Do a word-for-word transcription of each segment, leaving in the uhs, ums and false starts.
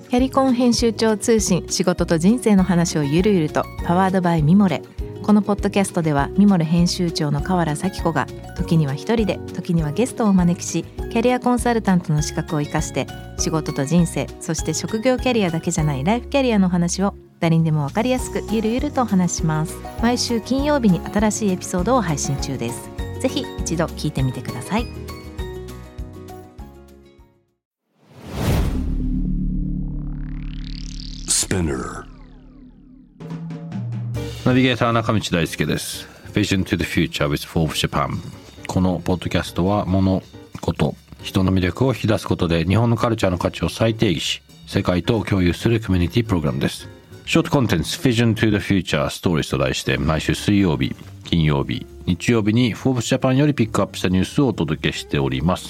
キャリコン編集長通信、仕事と人生の話をゆるゆると、パワードバイミモレ。このポッドキャストではミモレ編集長の河原咲子が時には一人で、時にはゲストをお招きし、キャリアコンサルタントの資格を生かして仕事と人生、そして職業キャリアだけじゃないライフキャリアの話を誰にでも分かりやすくゆるゆるとお話します。毎週金曜日に新しいエピソードを配信中です。ぜひ一度聞いてみてください。 ナビゲーター中道大輔です。 Vision to the Future with Forbes Japan。 このポッドキャストは物事人の魅力を引き出すことで日本のカルチャーの価値を再定義し、世界と共有するコミュニティプログラムです。ショートコンテンツ Vision to the Future Stories と題して、毎週水曜日、金曜日、日曜日に Forbes Japan よりピックアップしたニュースをお届けしております。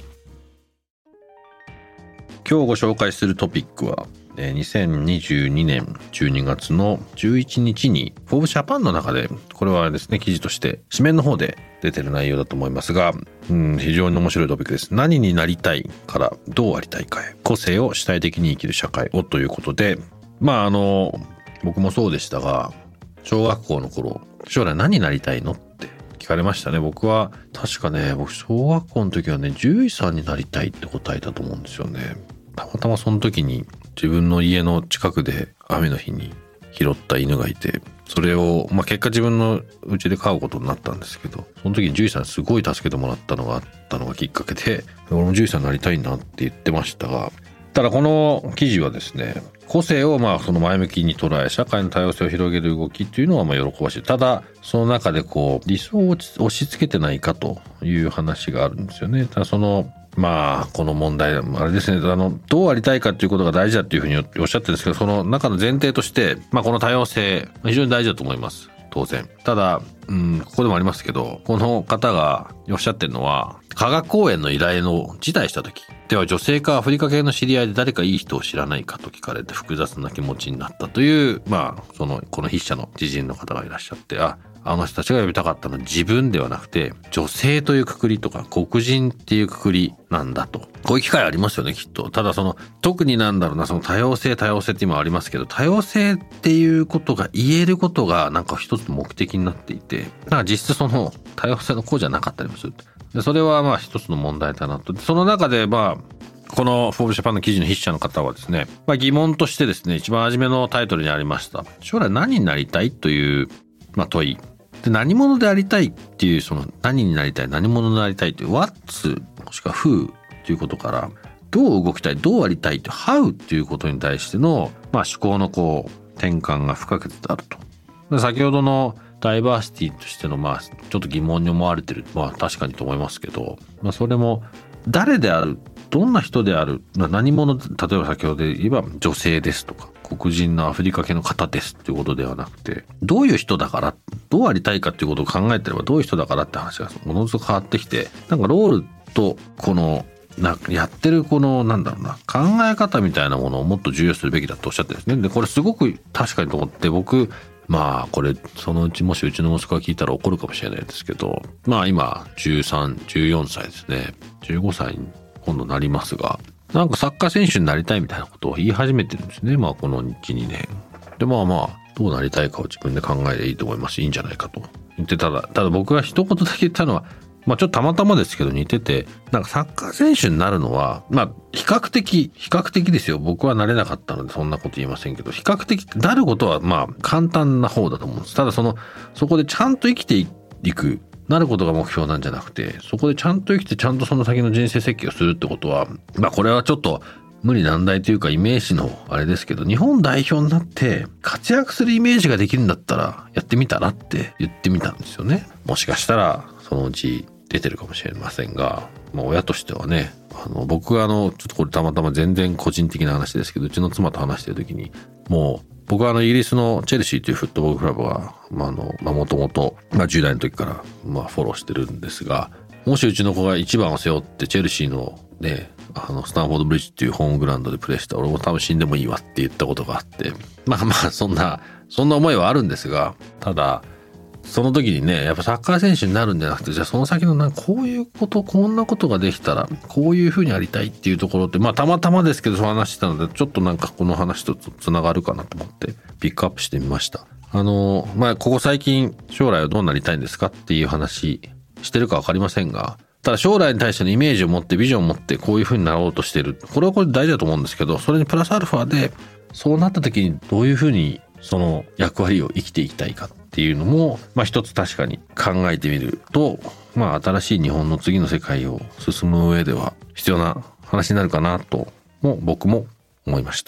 今日ご紹介するトピックはにせんにじゅうにねんじゅうにがつのじゅういちにちに Forbes Japan の中で、これはですね、記事として紙面の方で出てる内容だと思いますが、うん、非常に面白いトピックです。何になりたいからどうありたいかへ、個性を主体的に生きる社会をということで、まああの僕もそうでしたが、小学校の頃将来何になりたいのって聞かれましたね。僕は確かね、僕小学校の時はね、獣医さんになりたいって答えたと思うんですよね。たまたまその時に自分の家の近くで雨の日に拾った犬がいて、それを、まあ、結果自分の家で飼うことになったんですけど、その時に獣医さんにすごい助けてもらったのがあったのがきっかけで、俺も獣医さんになりたいなって言ってましたが、ただこの記事はですね、個性をまあその前向きに捉え、社会の多様性を広げる動きっていうのはまあ喜ばしい。ただその中でこう理想を押し付けてないかという話があるんですよね。ただそのまあこの問題、あれですね、あのどうありたいかということが大事だっていうふうにおっしゃってるんですけど、その中の前提として、まあこの多様性非常に大事だと思います。当然。ただ、うん、ここでもありますけど、この方がおっしゃってるのは、科学講演の依頼の辞退した時では、女性かアフリカ系の知り合いで誰かいい人を知らないかと聞かれて複雑な気持ちになったという、まあそのこの筆者の知人の方がいらっしゃって、ああの人たちが呼びたかったのは自分ではなくて女性というくくりとか黒人っていうくくりなんだと。こういう機会ありますよね、きっと。ただその特になんだろうな、その多様性多様性って今ありますけど、多様性っていうことが言えることがなんか一つの目的になっていて、だから実質その多様性のこうじゃなかったりもする。でそれはまあ一つの問題だなと。その中でまあこのフォーブスジャパンの記事の筆者の方はですね、まあ、疑問としてですね、一番初めのタイトルにありました将来何になりたいという、まあ、問いで、何者でありたいっていう、その何になりたい、何者になりたいという What もしくは Who ということから、どう動きたい、どうありたいという How ということに対しての、まあ、思考のこう転換が不可欠であると。で先ほどのダイバーシティとしてのまあちょっと疑問に思われてる、まあ確かにと思いますけど、まあそれも誰である、どんな人である、何者、例えば先ほどで言えば女性ですとか黒人のアフリカ系の方ですっていうことではなくて、どういう人だから、どうありたいかっていうことを考えてればどういう人だからって話がものすごく変わってきて、なんかロールとこのなやってるこのなんだろうな考え方みたいなものをもっと重要視するべきだとおっしゃってるんですね。でこれすごく確かにと思って、僕まあこれそのうちもしうちの息子が聞いたら怒るかもしれないですけど、まあ今じゅうさん、じゅうよんさいですね。じゅうごさいに今度なりますが、なんかサッカー選手になりたいみたいなことを言い始めてるんですね。まあこのいち、にねんで、まあまあどうなりたいかを自分で考えていいと思います。いいんじゃないかと言って、ただただ僕が一言だけ言ったのは、まあちょっとたまたまですけど似てて、なんかサッカー選手になるのはまあ比較的比較的ですよ。僕はなれなかったのでそんなこと言いませんけど、比較的なることはまあ簡単な方だと思うんです。ただそのそこでちゃんと生きていく、なることが目標なんじゃなくて、そこでちゃんと生きてちゃんとその先の人生設計をするってことは、まあこれはちょっと無理難題というかイメージのあれですけど、日本代表になって活躍するイメージができるんだったらやってみたらって言ってみたんですよね。もしかしたらそのうち出てるかもしれませんが、まあ、親としてはね、あの僕はあのちょっとこれたまたま全然個人的な話ですけど、うちの妻と話してる時に、もう僕はあのイギリスのチェルシーというフットボールクラブがまああのまあもともとじゅう代の時からまあフォローしてるんですが、もしうちの子が一番を背負ってチェルシーのね、あのスタンフォードブリッジっていうホームグラウンドでプレーしたら、俺も多分死んでもいいわって言ったことがあって、まあまあそんなそんな思いはあるんですが、ただその時にねやっぱサッカー選手になるんじゃなくて、じゃあその先のなんかこういうことこんなことができたらこういうふうにやりたいっていうところって、まあたまたまですけどそう話してたので、ちょっとなんかこの話とつながるかなと思ってピックアップしてみました。あのまあここ最近将来はどうなりたいんですかっていう話してるか分かりませんが、ただ将来に対してのイメージを持ってビジョンを持ってこういうふうになろうとしてる、これはこれで大事だと思うんですけど、それにプラスアルファでそうなった時にどういうふうにその役割を生きていきたいかっていうのも、まあ一つ確かに考えてみると、まあ新しい日本の次の世界を進む上では必要な話になるかなとも僕も思いました。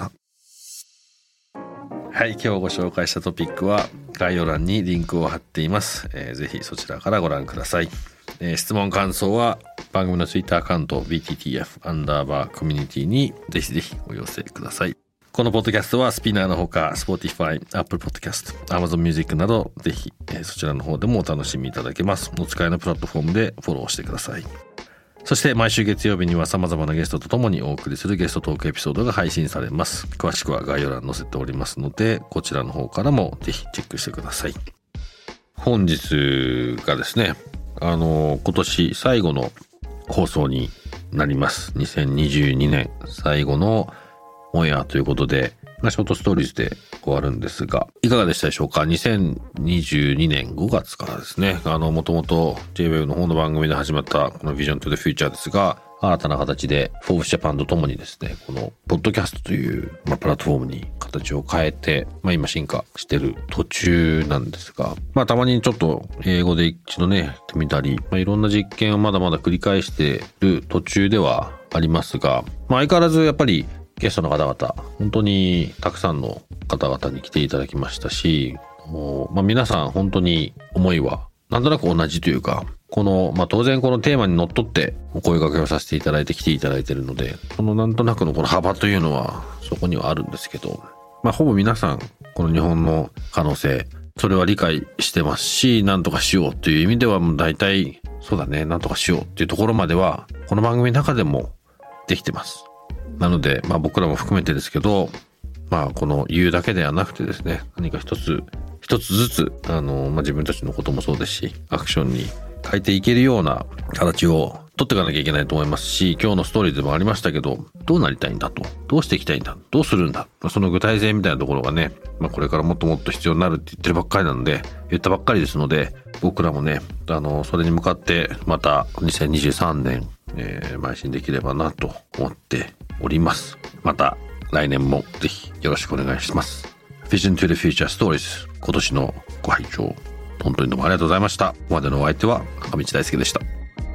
はい、今日ご紹介したトピックは概要欄にリンクを貼っています。えー、ぜひそちらからご覧ください。えー、質問感想は番組のツイッターアカウント ビーティーティーエフ アンダーバーコミュニティにぜひぜひお寄せください。このポッドキャストはスピナーのほか Spotify、Apple Podcast、Amazon Music などぜひ、えー、そちらの方でもお楽しみいただけます。お使いのプラットフォームでフォローしてください。そして毎週月曜日には様々なゲストとともにお送りするゲストトークエピソードが配信されます。詳しくは概要欄に載せておりますので、こちらの方からもぜひチェックしてください。本日がですね、あの今年最後の放送になります。にせんにじゅうにねん最後のオンエアということで、まあ、ショートストーリーズで終わるんですが、いかがでしたでしょうか。にせんにじゅうにねんごがつからですね、あのもともと ジェイウェーブ の方の番組で始まったこの Vision to the Future ですが、新たな形で Forbes Japan とともにですね、このポッドキャストという、まあ、プラットフォームに形を変えて、まあ、今進化してる途中なんですが、まあたまにちょっと英語で一度ねやってみたり、まあ、いろんな実験をまだまだ繰り返してる途中ではありますが、まあ、相変わらずやっぱりゲストの方々本当にたくさんの方々に来ていただきましたし、まあ、皆さん本当に思いはなんとなく同じというか、この、まあ、当然このテーマにのっとってお声掛けをさせていただいて来ていただいているので、そのなんとなくのこの幅というのはそこにはあるんですけど、まあほぼ皆さんこの日本の可能性それは理解してますし、なんとかしようという意味ではもう大体そうだね、なんとかしようっていうところまではこの番組の中でもできてます。なのでまあ僕らも含めてですけど、まあこの言うだけではなくてですね、何か一つ一つずつあの、まあ、自分たちのこともそうですしアクションに変えていけるような形を取っていかなきゃいけないと思いますし、今日のストーリーでもありましたけど、どうなりたいんだと、どうしていきたいんだ、どうするんだ、その具体性みたいなところがね、まあ、これからもっともっと必要になるって言ってるばっかりなので、言ったばっかりですので、僕らもねあのそれに向かってまたにせんにじゅうさんねん、えー、邁進できればなと思っております。また来年もぜひよろしくお願いします。 Vision to the Future Stories、 今年のご拝聴本当にどうもありがとうございました。ここまでのお相手は赤道大輔でした。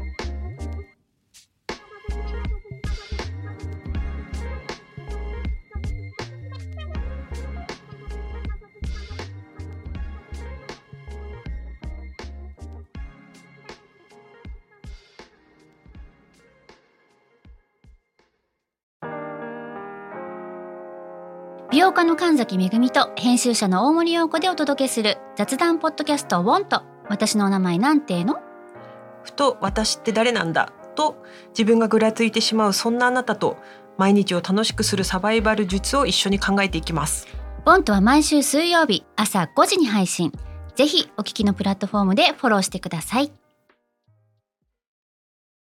美容家の神崎めぐみと編集者の大森洋子でお届けする雑談ポッドキャストウォンと、私のお名前なんての？ ふと私って誰なんだと自分がぐらついてしまうそんなあなたと、毎日を楽しくするサバイバル術を一緒に考えていきます。 ウォンとは毎週水曜日朝ごじに配信。ぜひお聞きのプラットフォームでフォローしてください。